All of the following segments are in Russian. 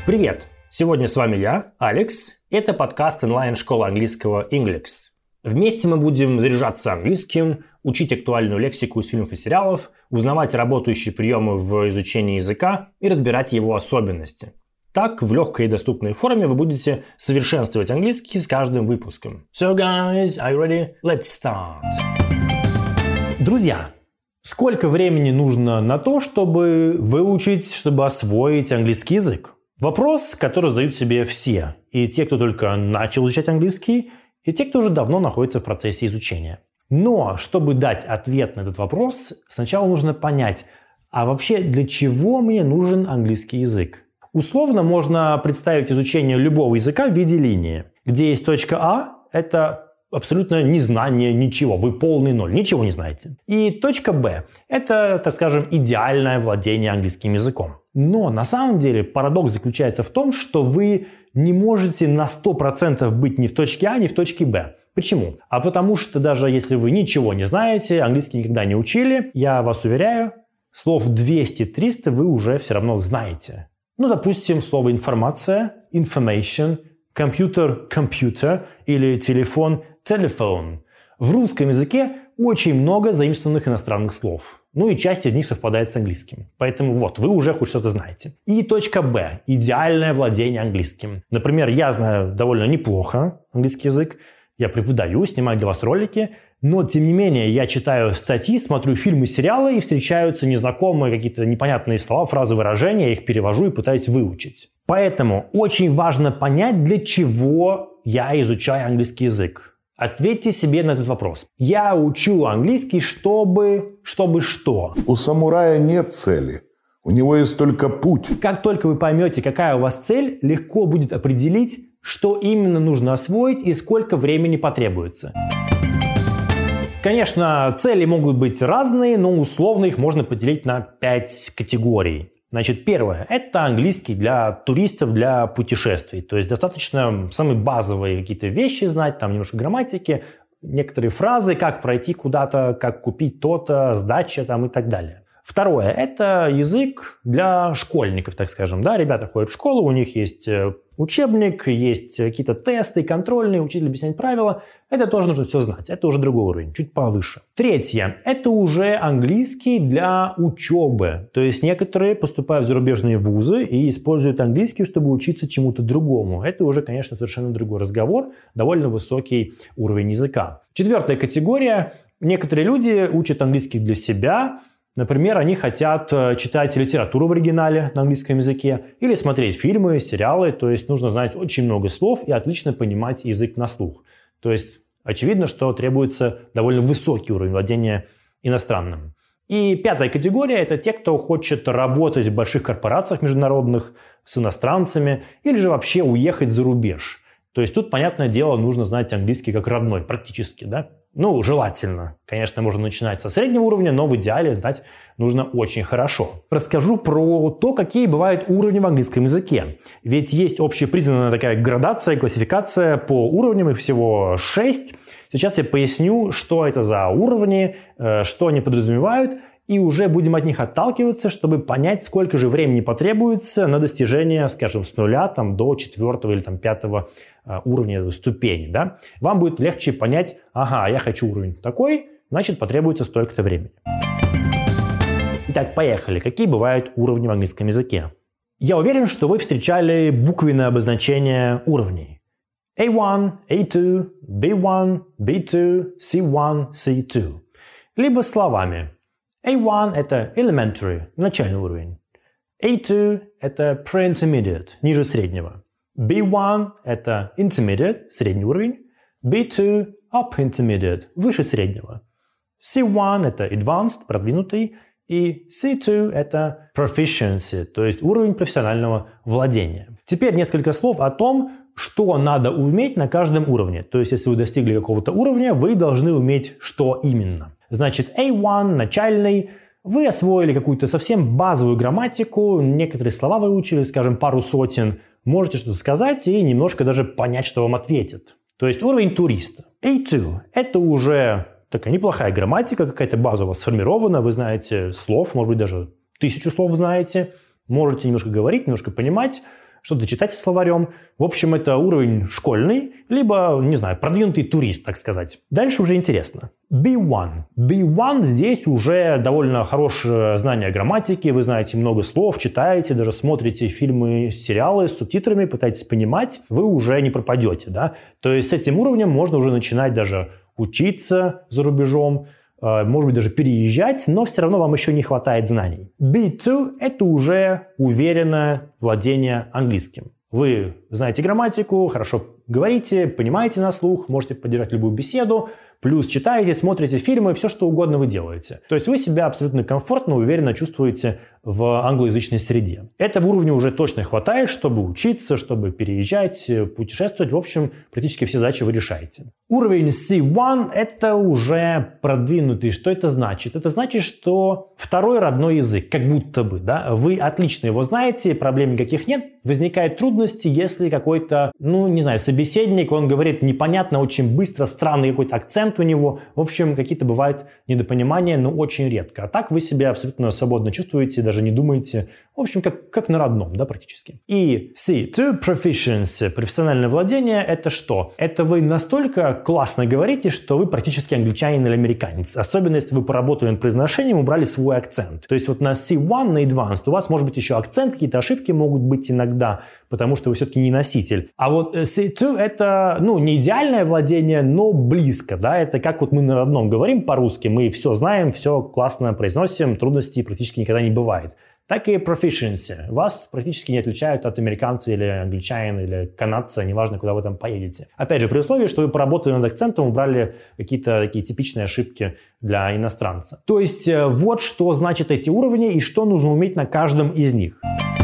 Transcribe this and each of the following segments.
Привет! Сегодня с вами я, Алекс. Это подкаст онлайн-школы английского Inglix. Вместе мы будем заряжаться английским, учить актуальную лексику из фильмов и сериалов, узнавать работающие приемы в изучении языка и разбирать его особенности. Так, в легкой и доступной форме вы будете совершенствовать английский с каждым выпуском. So guys, are you ready? Let's start! Друзья, сколько времени нужно на то, чтобы выучить, чтобы освоить английский язык? Вопрос, который задают себе все. И те, кто только начал изучать английский, и те, кто уже давно находится в процессе изучения. Но, чтобы дать ответ на этот вопрос, сначала нужно понять, а вообще для чего мне нужен английский язык? Условно можно представить изучение любого языка в виде линии, где есть точка А – это абсолютно незнание ничего, вы полный ноль, ничего не знаете. И точка Б – это, так скажем, идеальное владение английским языком. Но на самом деле парадокс заключается в том, что вы не можете на 100% быть ни в точке А, ни в точке Б. Почему? А потому что даже если вы ничего не знаете, английский никогда не учили, я вас уверяю, слов 200-300 вы уже все равно знаете. Ну, допустим, слово информация, information, компьютер, computer или телефон, telephone. В русском языке очень много заимствованных иностранных слов. Ну и часть из них совпадает с английским. Поэтому вот, вы уже хоть что-то знаете. И точка Б. Идеальное владение английским. Например, я знаю довольно неплохо английский язык. Я преподаю, снимаю для вас ролики. Но, тем не менее, я читаю статьи, смотрю фильмы, сериалы, и встречаются незнакомые какие-то непонятные слова, фразы, выражения. Я их перевожу и пытаюсь выучить. Поэтому очень важно понять, для чего я изучаю английский язык. Ответьте себе на этот вопрос. Я учу английский, чтобы что? У самурая нет цели. У него есть только путь. Как только вы поймете, какая у вас цель, легко будет определить, что именно нужно освоить и сколько времени потребуется. Конечно, цели могут быть разные, но условно их можно поделить на 5 категорий. Значит, первое – это английский для туристов, для путешествий. То есть достаточно самые базовые какие-то вещи знать, там немножко грамматики, некоторые фразы, как пройти куда-то, как купить то-то, сдача там и так далее. Второе – это язык для школьников, так скажем. Да, ребята ходят в школу, у них есть учебник, есть какие-то тесты, контрольные, учитель объясняет правила. Это тоже нужно все знать, это уже другой уровень, чуть повыше. Третье – это уже английский для учебы. То есть некоторые поступают в зарубежные вузы и используют английский, чтобы учиться чему-то другому. Это уже, конечно, совершенно другой разговор, довольно высокий уровень языка. Четвертая категория – некоторые люди учат английский для себя. Например, они хотят читать литературу в оригинале на английском языке или смотреть фильмы, сериалы, то есть нужно знать очень много слов и отлично понимать язык на слух. То есть очевидно, что требуется довольно высокий уровень владения иностранным. И пятая категория – это те, кто хочет работать в больших корпорациях международных с иностранцами или же вообще уехать за рубеж. То есть тут, понятное дело, нужно знать английский как родной, практически, да? Ну, желательно. Конечно, можно начинать со среднего уровня, но в идеале знать нужно очень хорошо. Расскажу про то, какие бывают уровни в английском языке. Ведь есть общепризнанная такая градация, классификация по уровням, их всего 6. Сейчас я поясню, что это за уровни, что они подразумевают, и уже будем от них отталкиваться, чтобы понять, сколько же времени потребуется на достижение, скажем, с 0 там, до 4 или там, 5 уровня ступени. Да? Вам будет легче понять, ага, я хочу уровень такой, значит, потребуется столько-то времени. Итак, поехали. Какие бывают уровни в английском языке? Я уверен, что вы встречали буквенное обозначение уровней. A1, A2, B1, B2, C1, C2. Либо словами. A1 – это elementary, начальный уровень. A2 – это pre-intermediate, ниже среднего. B1 – это intermediate, средний уровень. B2 – upper intermediate, выше среднего. C1 – это advanced, продвинутый. И C2 – это proficiency, то есть уровень профессионального владения. Теперь несколько слов о том, что надо уметь на каждом уровне. То есть, если вы достигли какого-то уровня, вы должны уметь что именно. Значит, A1, начальный, вы освоили какую-то совсем базовую грамматику, некоторые слова выучили, скажем, пару сотен, можете что-то сказать и немножко даже понять, что вам ответят. То есть уровень туриста. A2 – это уже такая неплохая грамматика, какая-то база у вас сформирована, вы знаете слов, может быть, даже 1000 слов знаете, можете немножко говорить, немножко понимать. что-то читать со словарем. В общем, это уровень школьный, либо, не знаю, продвинутый турист, так сказать. Дальше уже интересно. B1. B1 здесь уже довольно хорошее знание грамматики, вы знаете много слов, читаете, даже смотрите фильмы, сериалы с субтитрами, пытаетесь понимать, вы уже не пропадете, да? То есть с этим уровнем можно уже начинать даже учиться за рубежом, может быть, даже переезжать, но все равно вам еще не хватает знаний. B2 – это уже уверенное владение английским. Вы знаете грамматику, хорошо говорите, понимаете на слух, можете поддержать любую беседу, плюс читаете, смотрите фильмы, все что угодно вы делаете. То есть вы себя абсолютно комфортно, уверенно чувствуете в англоязычной среде. Этого уровня уже точно хватает, чтобы учиться, чтобы переезжать, путешествовать. В общем, практически все задачи вы решаете. Уровень C1 – это уже продвинутый. Что это значит? Это значит, что второй родной язык, как будто бы, да, вы отлично его знаете, проблем никаких нет. Возникают трудности, если какой-то, не знаю, собеседник, он говорит непонятно, очень быстро, странный какой-то акцент у него. В общем, какие-то бывают недопонимания, но очень редко. А так вы себя абсолютно свободно чувствуете, даже не думаете. В общем, как на родном, да, практически. И C2 Proficiency, профессиональное владение, это что? Это вы настолько классно говорите, что вы практически англичанин или американец. Особенно, если вы поработали над произношением, убрали свой акцент. То есть вот на C1, на Advanced у вас может быть еще акцент, какие-то ошибки могут быть иногда, потому что вы все-таки не носитель. А вот C2 это, не идеальное владение, но близко, да, это как вот мы на родном говорим по-русски, мы все знаем, все классно произносим, трудностей практически никогда не бывает. Так и proficiency. Вас практически не отличают от американца или англичанина или канадца, неважно, куда вы там поедете. Опять же, при условии, что вы поработали над акцентом, убрали какие-то такие типичные ошибки для иностранца. То есть вот что значит эти уровни и что нужно уметь на каждом из них.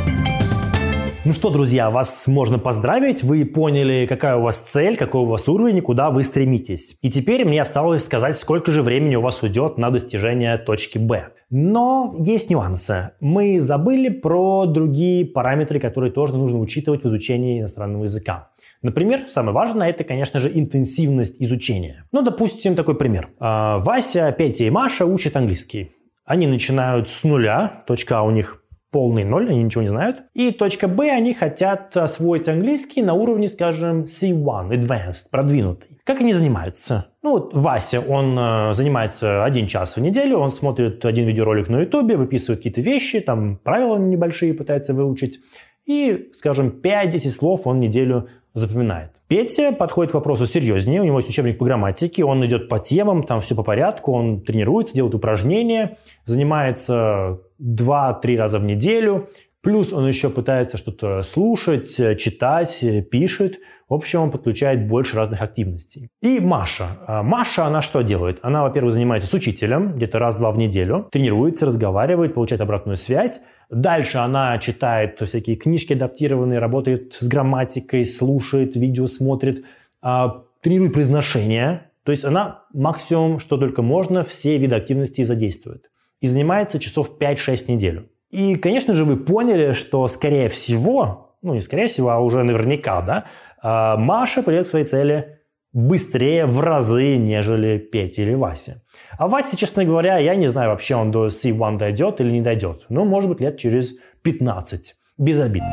Ну что, друзья, вас можно поздравить, вы поняли, какая у вас цель, какой у вас уровень и куда вы стремитесь. И теперь мне осталось сказать, сколько же времени у вас уйдет на достижение точки Б. Но есть нюансы. Мы забыли про другие параметры, которые тоже нужно учитывать в изучении иностранного языка. Например, самое важное – это, конечно же, интенсивность изучения. Допустим, такой пример. Вася, Петя и Маша учат английский. Они начинают с нуля, точка А у них полный ноль, они ничего не знают. И точка Б, они хотят освоить английский на уровне, скажем, C1, Advanced, продвинутый. Как они занимаются? Вася, он занимается 1 час в неделю, он смотрит 1 видеоролик на YouTube, выписывает какие-то вещи, там правила небольшие пытается выучить. И, скажем, 5-10 слов он в неделю запоминает. Петя подходит к вопросу серьезнее, у него есть учебник по грамматике, он идет по темам, там все по порядку, он тренируется, делает упражнения, занимается 2-3 раза в неделю, плюс он еще пытается что-то слушать, читать, пишет. В общем, он подключает больше разных активностей. И Маша. Маша, она что делает? Она, во-первых, занимается с учителем, где-то раз-два в неделю, тренируется, разговаривает, получает обратную связь. Дальше она читает всякие книжки адаптированные, работает с грамматикой, слушает, видео смотрит, тренирует произношение. То есть она максимум, что только можно, все виды активности задействует. И занимается часов 5-6 в неделю. И, конечно же, вы поняли, что, скорее всего, не скорее всего, а уже наверняка, да, Маша придет к своей цели быстрее в разы, нежели Петя или Вася. А Вася, честно говоря, я не знаю, вообще он до C1 дойдет или не дойдет. Может быть, лет через 15. Без обид.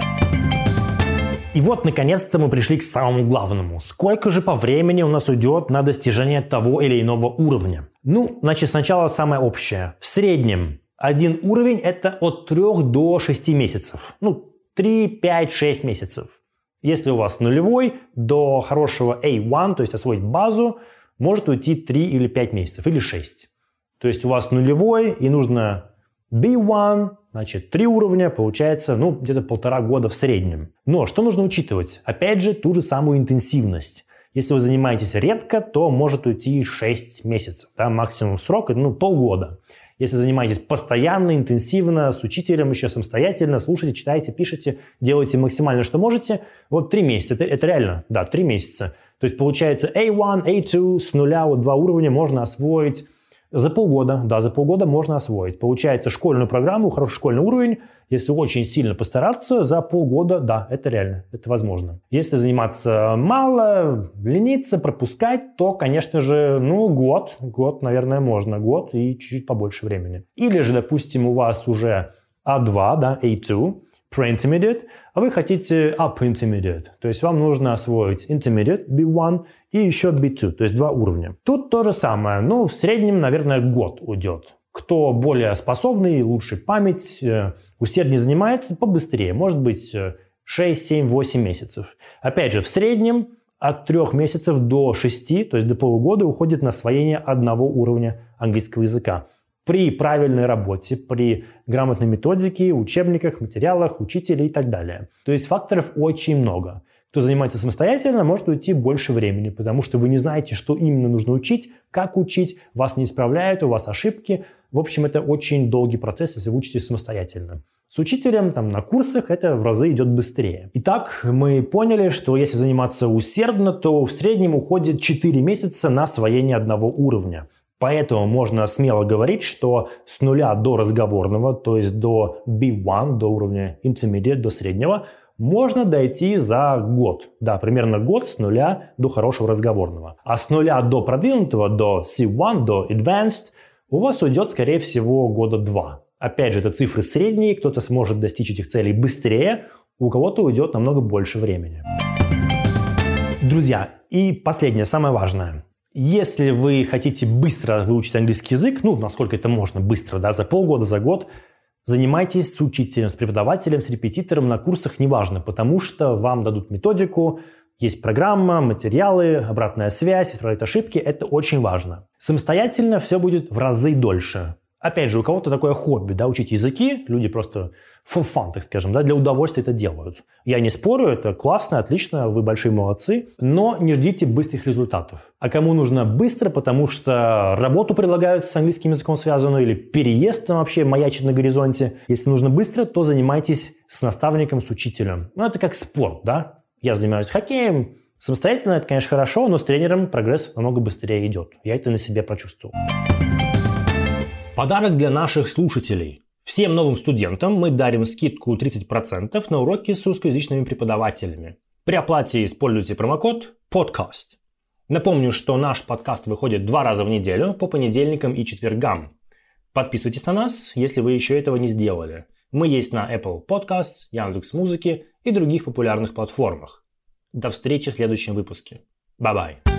И вот, наконец-то, мы пришли к самому главному. Сколько же по времени у нас уйдет на достижение того или иного уровня? Сначала самое общее. В среднем один уровень – это от 3 до 6 месяцев. 3, 5, 6 месяцев. Если у вас нулевой, до хорошего A1, то есть освоить базу, может уйти 3 или 5 месяцев, или 6. То есть у вас нулевой и нужно B1, значит 3 уровня, получается где-то 1,5 года в среднем. Но что нужно учитывать? Опять же, ту же самую интенсивность. Если вы занимаетесь редко, то может уйти 6 месяцев. Максимум срок – полгода. Если занимаетесь постоянно, интенсивно, с учителем еще самостоятельно, слушайте, читайте, пишите, делайте максимально, что можете, 3 месяца. Это реально, 3 месяца. То есть получается A1, A2 с нуля, 2 уровня можно освоить за полгода. За полгода можно освоить. Получается школьную программу, хороший школьный уровень. Если очень сильно постараться, за полгода, это реально, это возможно. Если заниматься мало, лениться, пропускать, то, конечно же, год, наверное, можно. Год и чуть-чуть побольше времени. Или же, допустим, у вас уже A2, A2, pre-intermediate, а вы хотите upper intermediate. То есть вам нужно освоить intermediate, B1, и еще B2, то есть 2 уровня. Тут то же самое, но в среднем, наверное, год уйдет. Кто более способный, лучше память, усерднее занимается, побыстрее. Может быть 6, 7, 8 месяцев. Опять же, в среднем от 3 месяцев до 6, то есть до полугода, уходит на освоение 1 уровня английского языка. При правильной работе, при грамотной методике, учебниках, материалах, учителей и так далее. То есть факторов очень много. Кто занимается самостоятельно, может уйти больше времени, потому что вы не знаете, что именно нужно учить, как учить, вас не исправляют, у вас ошибки. В общем, это очень долгий процесс, если вы учитесь самостоятельно. С учителем на курсах это в разы идет быстрее. Итак, мы поняли, что если заниматься усердно, то в среднем уходит 4 месяца на освоение 1 уровня. Поэтому можно смело говорить, что с нуля до разговорного, то есть до B1, до уровня intermediate, до среднего, можно дойти за год. Да, примерно год с нуля до хорошего разговорного. А с нуля до продвинутого, до C1, до advanced, у вас уйдет, скорее всего, 2 года. Опять же, это цифры средние, кто-то сможет достичь этих целей быстрее, у кого-то уйдет намного больше времени. Друзья, и последнее, самое важное. Если вы хотите быстро выучить английский язык, насколько это можно быстро, за полгода, за год, занимайтесь с учителем, с преподавателем, с репетитором на курсах, неважно, потому что вам дадут методику, есть программа, материалы, обратная связь, исправлять ошибки, это очень важно. Самостоятельно все будет в разы дольше. Опять же, у кого-то такое хобби, учить языки, люди просто for fun, так скажем, для удовольствия это делают. Я не спорю, это классно, отлично, вы большие молодцы, но не ждите быстрых результатов. А кому нужно быстро, потому что работу предлагают с английским языком связанную или переезд вообще маячит на горизонте. Если нужно быстро, то занимайтесь с наставником, с учителем. Это как спорт, Я занимаюсь хоккеем, самостоятельно это, конечно, хорошо, но с тренером прогресс намного быстрее идет. Я это на себе прочувствовал. Подарок для наших слушателей. Всем новым студентам мы дарим скидку 30% на уроки с русскоязычными преподавателями. При оплате используйте промокод PODCAST. Напомню, что наш подкаст выходит 2 раза в неделю по понедельникам и четвергам. Подписывайтесь на нас, если вы еще этого не сделали. Мы есть на Apple Podcasts, Яндекс.Музыке и других популярных платформах. До встречи в следующем выпуске. Bye-bye.